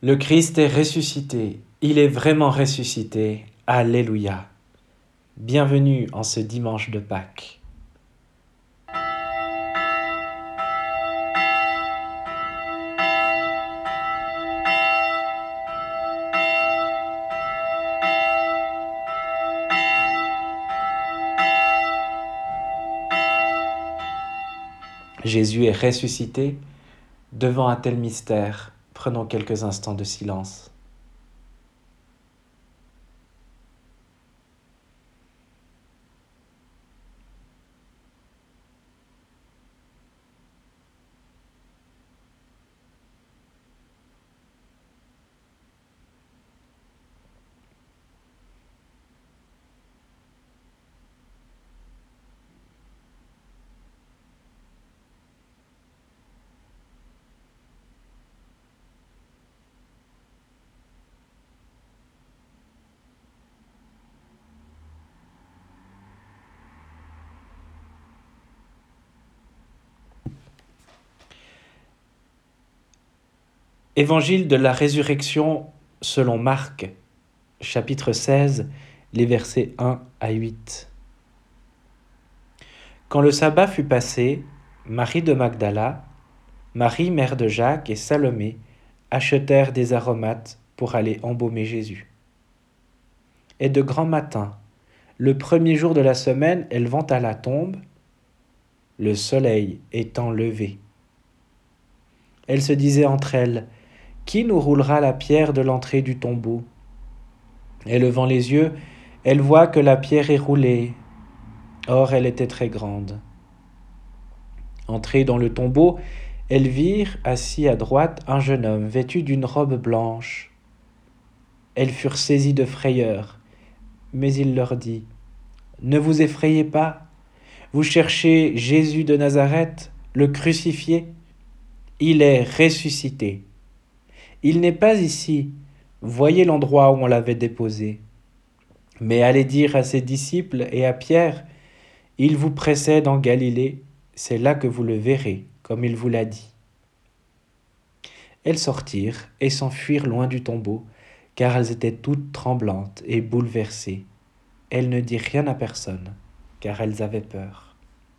Le Christ est ressuscité, il est vraiment ressuscité. Alléluia. Bienvenue en ce dimanche de Pâques. Jésus est ressuscité. Devant un tel mystère, prenons quelques instants de silence. Évangile de la résurrection selon Marc, chapitre 16, les versets 1 à 8. Quand le sabbat fut passé, Marie de Magdala, Marie mère de Jacques et Salomé achetèrent des aromates pour aller embaumer Jésus. Et de grand matin, le premier jour de la semaine, elles vont à la tombe, le soleil étant levé. Elles se disaient entre elles, « Qui nous roulera la pierre de l'entrée du tombeau ?» Et levant les yeux, elles voient que la pierre est roulée. Or, elle était très grande. Entrées dans le tombeau, elles virent, assis à droite, un jeune homme vêtu d'une robe blanche. Elles furent saisies de frayeur, mais il leur dit, « Ne vous effrayez pas, vous cherchez Jésus de Nazareth, le crucifié. Il est ressuscité. Il n'est pas ici, voyez l'endroit où on l'avait déposé. Mais allez dire à ses disciples et à Pierre, il vous précède en Galilée, c'est là que vous le verrez, comme il vous l'a dit. » Elles sortirent et s'enfuirent loin du tombeau, car elles étaient toutes tremblantes et bouleversées. Elles ne dirent rien à personne, car elles avaient peur.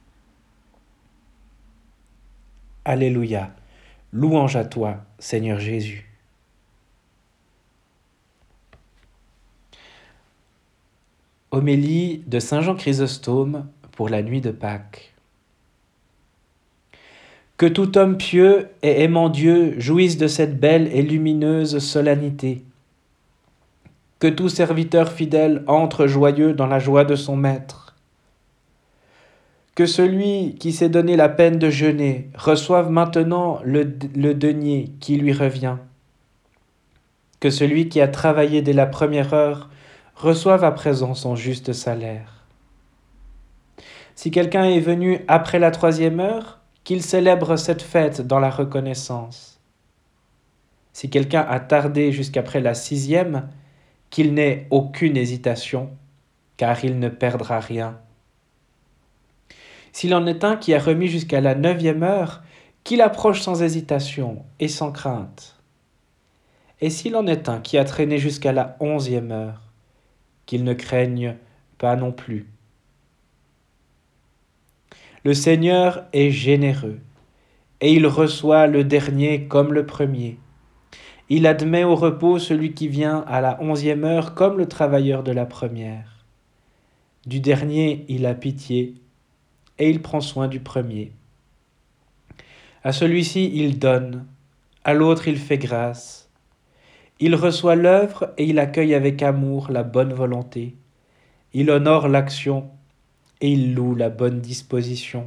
Alléluia, louange à toi, Seigneur Jésus. Homélie de Saint Jean Chrysostome pour la nuit de Pâques. Que tout homme pieux et aimant Dieu jouisse de cette belle et lumineuse solennité. Que tout serviteur fidèle entre joyeux dans la joie de son maître. Que celui qui s'est donné la peine de jeûner reçoive maintenant le denier qui lui revient. Que celui qui a travaillé dès la première heure reçoive à présent son juste salaire. Si quelqu'un est venu après la 3e heure, qu'il célèbre cette fête dans la reconnaissance. Si quelqu'un a tardé jusqu'après la 6e, qu'il n'ait aucune hésitation, car il ne perdra rien. S'il en est un qui a remis jusqu'à la 9e heure, qu'il approche sans hésitation et sans crainte. Et s'il en est un qui a traîné jusqu'à la 11e heure, qu'il ne craigne pas non plus. Le Seigneur est généreux, et il reçoit le dernier comme le premier. Il admet au repos celui qui vient à la 11e heure comme le travailleur de la première. Du dernier, il a pitié, et il prend soin du premier. À celui-ci, il donne, à l'autre, il fait grâce. Il reçoit l'œuvre et il accueille avec amour la bonne volonté. Il honore l'action et il loue la bonne disposition.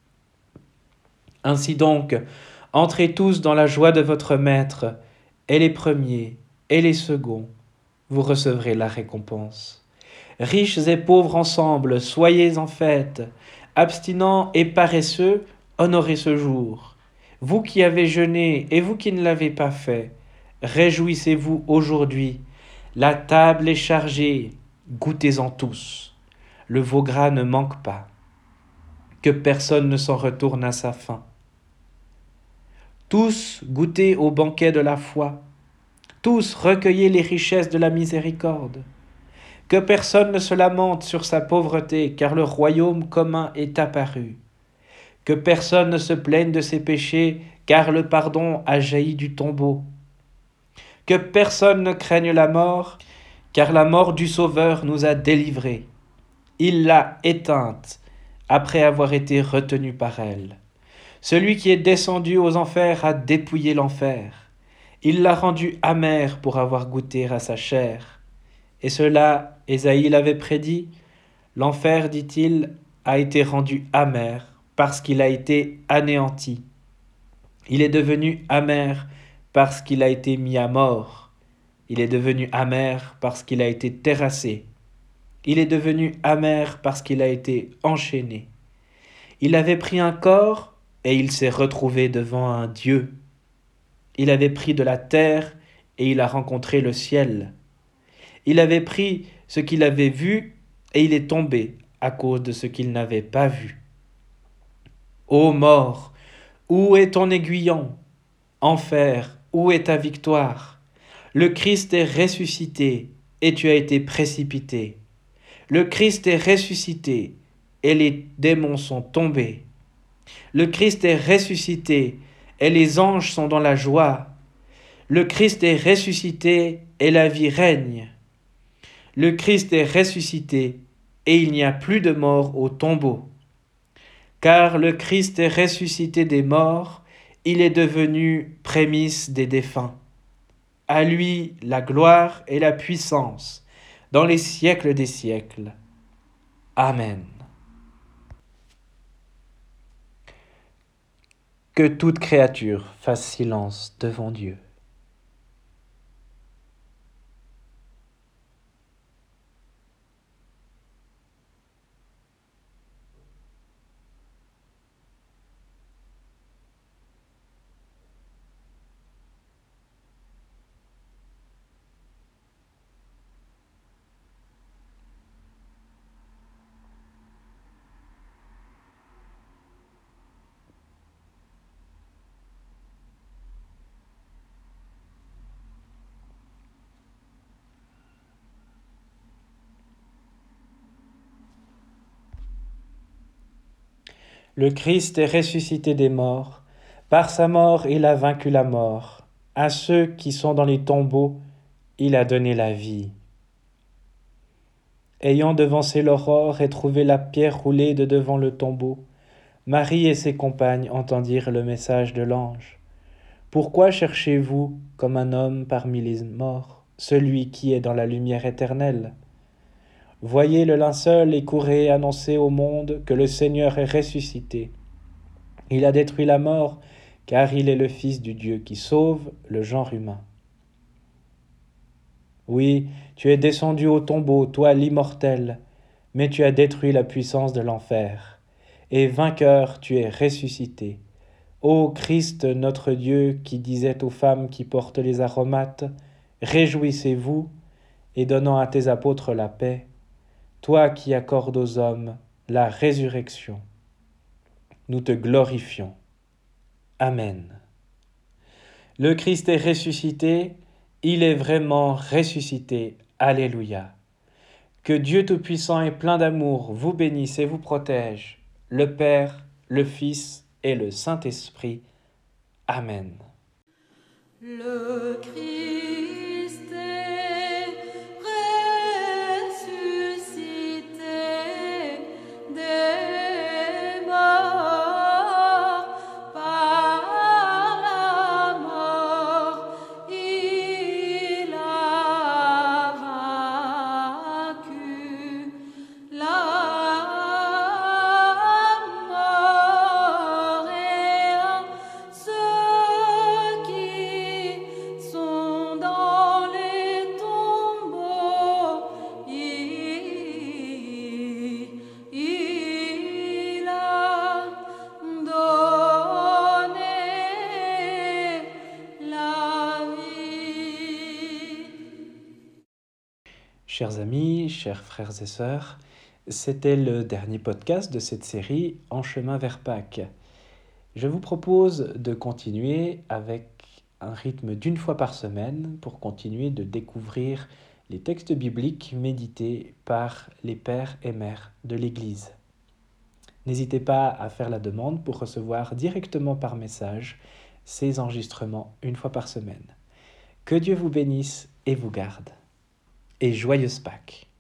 Ainsi donc, entrez tous dans la joie de votre Maître, et les premiers et les seconds, vous recevrez la récompense. Riches et pauvres ensemble, soyez en fête, abstinents et paresseux, honorez ce jour. Vous qui avez jeûné et vous qui ne l'avez pas fait, réjouissez-vous aujourd'hui. La table est chargée, goûtez-en tous. Le veau gras ne manque pas. Que personne ne s'en retourne à sa faim. Tous goûtez au banquet de la foi. Tous recueillez les richesses de la miséricorde. Que personne ne se lamente sur sa pauvreté, car le royaume commun est apparu. Que personne ne se plaigne de ses péchés, car le pardon a jailli du tombeau. Que personne ne craigne la mort, car la mort du Sauveur nous a délivrés. Il l'a éteinte, après avoir été retenu par elle. Celui qui est descendu aux enfers a dépouillé l'enfer. Il l'a rendu amer pour avoir goûté à sa chair. Et cela, Ésaïe l'avait prédit. L'enfer, dit-il, a été rendu amer parce qu'il a été anéanti. Il est devenu amer parce qu'il a été mis à mort. Il est devenu amer parce qu'il a été terrassé. Il est devenu amer parce qu'il a été enchaîné. Il avait pris un corps et il s'est retrouvé devant un Dieu. Il avait pris de la terre et il a rencontré le ciel. Il avait pris ce qu'il avait vu et il est tombé à cause de ce qu'il n'avait pas vu. Ô mort, où est ton aiguillon? Enfer, où est ta victoire? Le Christ est ressuscité et tu as été précipité. Le Christ est ressuscité et les démons sont tombés. Le Christ est ressuscité et les anges sont dans la joie. Le Christ est ressuscité et la vie règne. Le Christ est ressuscité et il n'y a plus de mort au tombeau. Car le Christ est ressuscité des morts, il est devenu prémisse des défunts. À lui la gloire et la puissance, dans les siècles des siècles. Amen. Que toute créature fasse silence devant Dieu. Le Christ est ressuscité des morts. Par sa mort, il a vaincu la mort. À ceux qui sont dans les tombeaux, il a donné la vie. Ayant devancé l'aurore et trouvé la pierre roulée de devant le tombeau, Marie et ses compagnes entendirent le message de l'ange. Pourquoi cherchez-vous, comme un homme parmi les morts, celui qui est dans la lumière éternelle? Voyez le linceul et courez annoncer au monde que le Seigneur est ressuscité. Il a détruit la mort, car il est le Fils du Dieu qui sauve le genre humain. Oui, tu es descendu au tombeau, toi l'immortel, mais tu as détruit la puissance de l'enfer, et vainqueur tu es ressuscité. Ô Christ notre Dieu, qui disait aux femmes qui portent les aromates, réjouissez-vous, et donnant à tes apôtres la paix, toi qui accordes aux hommes la résurrection. Nous te glorifions. Amen. Le Christ est ressuscité, il est vraiment ressuscité. Alléluia. Que Dieu Tout-Puissant et plein d'amour vous bénisse et vous protège, le Père, le Fils et le Saint-Esprit. Amen. Le Christ est ressuscité des morts, par la mort il a vaincu la mort, et en ceux qui sont dans les tombeaux, il a donné la vie. Chers amis, chers frères et sœurs, c'était le dernier podcast de cette série En chemin vers Pâques. Je vous propose de continuer avec un rythme d'une fois par semaine pour continuer de découvrir les textes bibliques médités par les pères et mères de l'Église. N'hésitez pas à faire la demande pour recevoir directement par message ces enregistrements une fois par semaine. Que Dieu vous bénisse et vous garde. Et joyeuse Pâques!